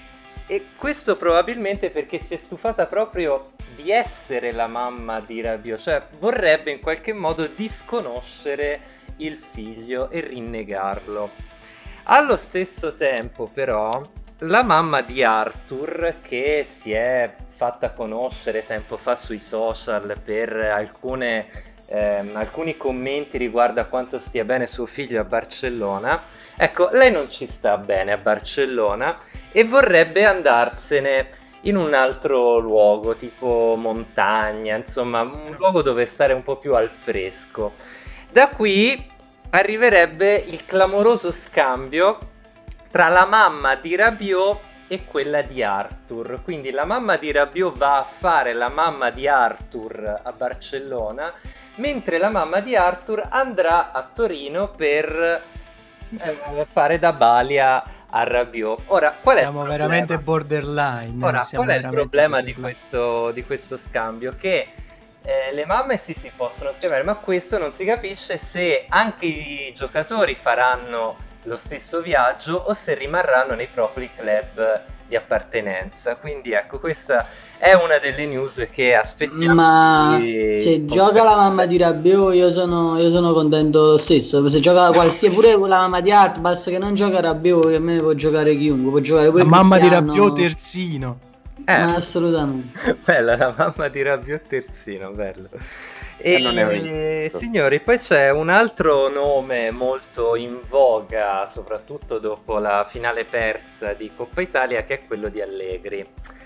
E questo probabilmente perché si è stufata proprio di essere la mamma di Rabiot, cioè vorrebbe in qualche modo disconoscere il figlio e rinnegarlo. Allo stesso tempo però la mamma di Arthur, che si è fatta conoscere tempo fa sui social per alcune, ehm, alcuni commenti riguardo a quanto stia bene suo figlio a Barcellona, ecco, lei non ci sta bene a Barcellona e vorrebbe andarsene in un altro luogo, tipo montagna, insomma un luogo dove stare un po' più al fresco. Da qui arriverebbe il clamoroso scambio tra la mamma di Rabiot e quella di Arthur. Quindi la mamma di Rabiot va a fare la mamma di Arthur a Barcellona, mentre la mamma di Arthur andrà a Torino per eh, fare da balia a Rabiot. Ora, qual è siamo il veramente borderline. Ora, siamo qual è il veramente problema di borderline. questo, di questo scambio? Che eh, le mamme sì si possono scambiare, ma questo non si capisce se anche i giocatori faranno lo stesso viaggio o se rimarranno nei propri club di appartenenza. Quindi ecco, questa è una delle news che aspettiamo. Ma di... se gioca la mamma di Rabiot io sono, io sono contento lo stesso. Se gioca qualsiasi, pure la mamma di Art, basta che non gioca Rabiot, che a me può giocare chiunque, può giocare pure La mamma di Cristiano. Rabiot terzino. Eh. Ma assolutamente. Bella la mamma di Rabiot terzino, bello. E Eh, non ne ho visto. signori, poi c'è un altro nome molto in voga, soprattutto dopo la finale persa di Coppa Italia, che è quello di Allegri.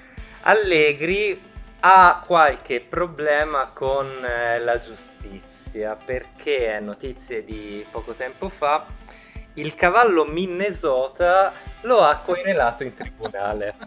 Allegri ha qualche problema con eh, la giustizia, perché, notizie di poco tempo fa, il cavallo Minnesota lo ha querelato in tribunale.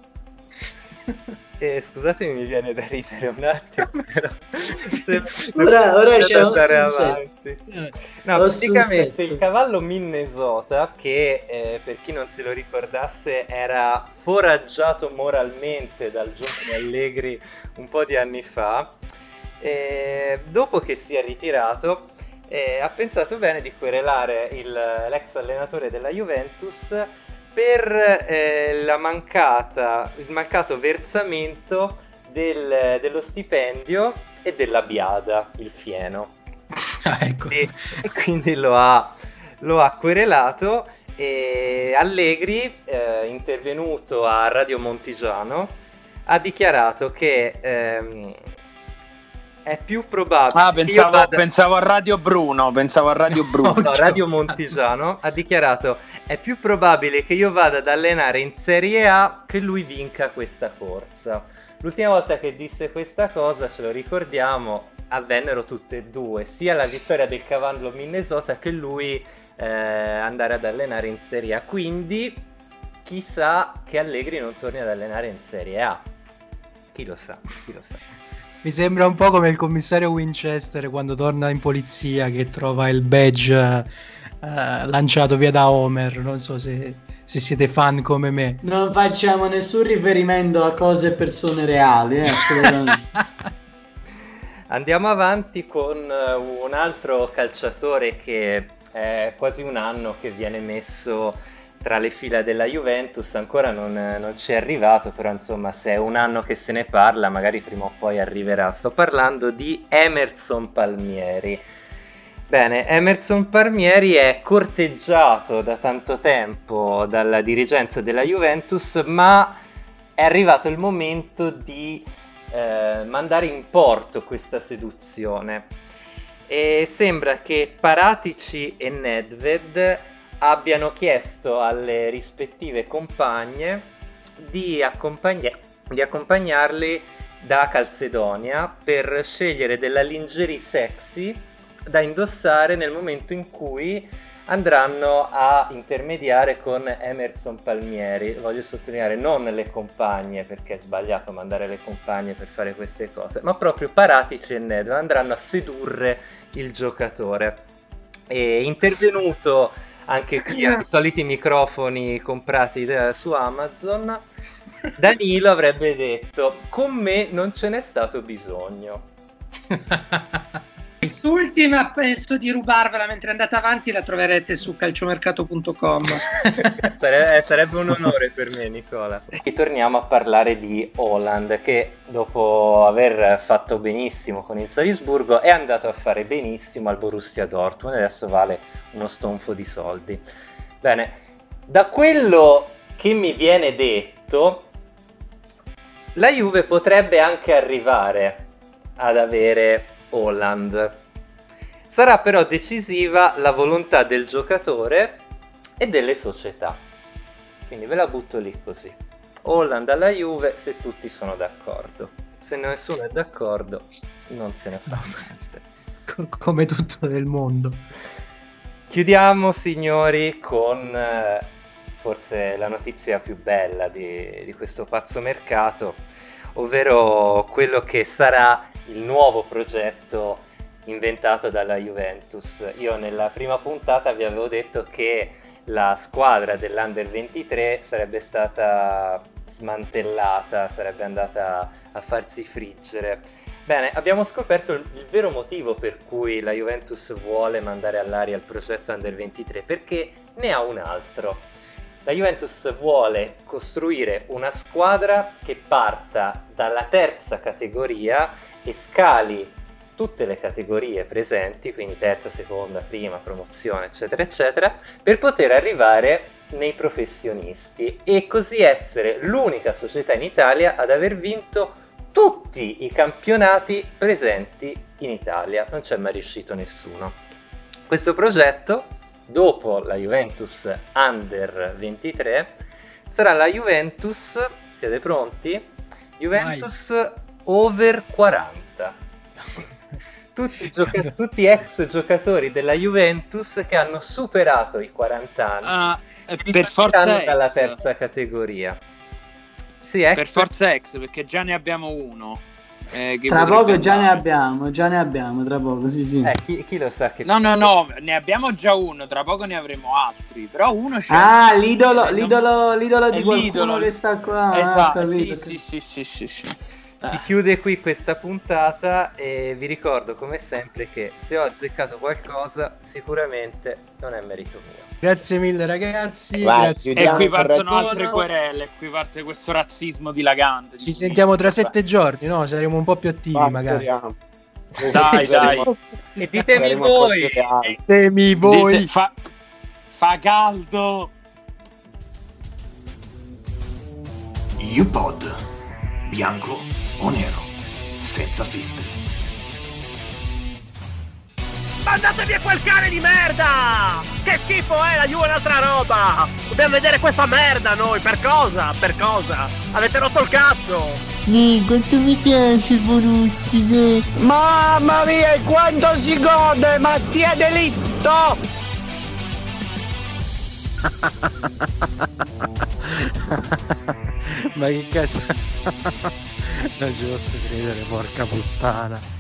Eh, scusatemi, mi viene da ridere un attimo, però se- Ora- ora devo c'è un andare sunset. avanti. No, Ho praticamente sunset. il cavallo Minnesota, che eh, per chi non se lo ricordasse era foraggiato moralmente dal giovane Allegri un po' di anni fa, eh, dopo che si è ritirato eh, ha pensato bene di querelare il, l'ex allenatore della Juventus per eh, la mancata, il mancato versamento del- dello stipendio e della biada, il fieno. ecco. E, e quindi lo ha, lo ha querelato e Allegri, eh, intervenuto a Radio Montigiano, ha dichiarato che ehm, è più probabile Ah, che io pensavo, vada- pensavo a Radio Bruno, pensavo a Radio Bruno. No, Radio Montigiano ha dichiarato: è più probabile che io vada ad allenare in Serie A che lui vinca questa corsa. L'ultima volta che disse questa cosa, ce lo ricordiamo, avvennero tutte e due, sia la vittoria del cavallo Minnesota che lui eh, andare ad allenare in Serie A. Quindi chissà che Allegri non torni ad allenare in Serie A. Chi lo sa, chi lo sa. Mi sembra un po' come il commissario Winchester quando torna in polizia che trova il badge eh, lanciato via da Homer. Non so se, se siete fan come me. Non facciamo nessun riferimento a cose e persone reali, eh, assolutamente. Andiamo avanti con eh, un altro calciatore che è quasi un anno che viene messo tra le fila della Juventus, ancora non, non ci è arrivato, però insomma se è un anno che se ne parla, magari prima o poi arriverà. Sto parlando di Emerson Palmieri. Bene, Emerson Palmieri è corteggiato da tanto tempo dalla dirigenza della Juventus, ma è arrivato il momento di eh, mandare in porto questa seduzione. E sembra che Paratici e Nedved abbiano chiesto alle rispettive compagne di, accompagna- di accompagnarli da Calzedonia per scegliere della lingerie sexy da indossare nel momento in cui andranno a intermediare con Emerson Palmieri. Voglio sottolineare non le compagne, perché è sbagliato mandare le compagne per fare queste cose, ma proprio Paratici e Nedved andranno a sedurre il giocatore. E intervenuto anche qui ai soliti microfoni comprati da, su Amazon, Danilo avrebbe detto: con me non ce n'è stato bisogno. Quest'ultima penso di rubarvela mentre andate avanti, la troverete su calciomercato punto com. Sare- sarebbe un onore per me, Nicola. E torniamo a parlare di Haaland, che dopo aver fatto benissimo con il Salisburgo è andato a fare benissimo al Borussia Dortmund e adesso vale uno stonfo di soldi. Bene, da quello che mi viene detto, la Juve potrebbe anche arrivare ad avere Haaland. Sarà però decisiva la volontà del giocatore e delle società. Quindi ve la butto lì così. Haaland alla Juve se tutti sono d'accordo. Se nessuno è d'accordo non se ne fa niente. Come tutto nel mondo. Chiudiamo, signori, con eh, forse la notizia più bella di, di questo pazzo mercato, ovvero quello che sarà il nuovo progetto inventato dalla Juventus. Io nella prima puntata vi avevo detto che la squadra dell'Under ventitré sarebbe stata smantellata, sarebbe andata a farsi friggere. Bene, abbiamo scoperto il, il vero motivo per cui la Juventus vuole mandare all'aria il progetto Under ventitré, perché ne ha un altro. La Juventus vuole costruire una squadra che parta dalla terza categoria e scali tutte le categorie presenti, quindi terza, seconda, prima, promozione, eccetera, eccetera, per poter arrivare nei professionisti e così essere l'unica società in Italia ad aver vinto tutti i campionati presenti in Italia. Non c'è mai riuscito nessuno. Questo progetto, dopo la Juventus Under ventitré, sarà la Juventus, siete pronti? Juventus Vai. Over quaranta. Tutti, gioca- tutti ex giocatori della Juventus che hanno superato i quaranta anni ah, per forza dalla terza categoria. Sì, ex. Per forza ex, perché già ne abbiamo uno. Eh, che tra poco già ne abbiamo, già ne abbiamo, tra poco, sì sì. Eh, chi, chi lo sa che... No, no, no, ne abbiamo già uno, tra poco ne avremo altri, però uno c'è... Ah, l'idolo, l'idolo, l'idolo di qualcuno l'idolo che sta qua. Esatto, ah, sì, sì, sì, sì, sì, sì. Si ah. chiude qui questa puntata e vi ricordo come sempre che se ho azzeccato qualcosa sicuramente non è merito mio. Grazie mille ragazzi. Vai, grazie. E qui partono altre querele, qui parte questo razzismo dilagante. Ci sentiamo tra sette giorni, no? Saremo un po' più attivi Va, magari. Dai, dai. E ditemi voi. Ditemi voi. Dite, fa, fa caldo. U-Pod. Bianco o nero, senza filtri. Mandate via quel cane di merda! Che schifo è, la Juve è un'altra roba! Dobbiamo vedere questa merda noi, per cosa? Per cosa? Avete rotto il cazzo! Sì, quanto mi piace Bonucci, dai. Mamma mia, quanto si gode, Mattia Delitto! Ma che cazzo? Non ci posso credere, porca puttana.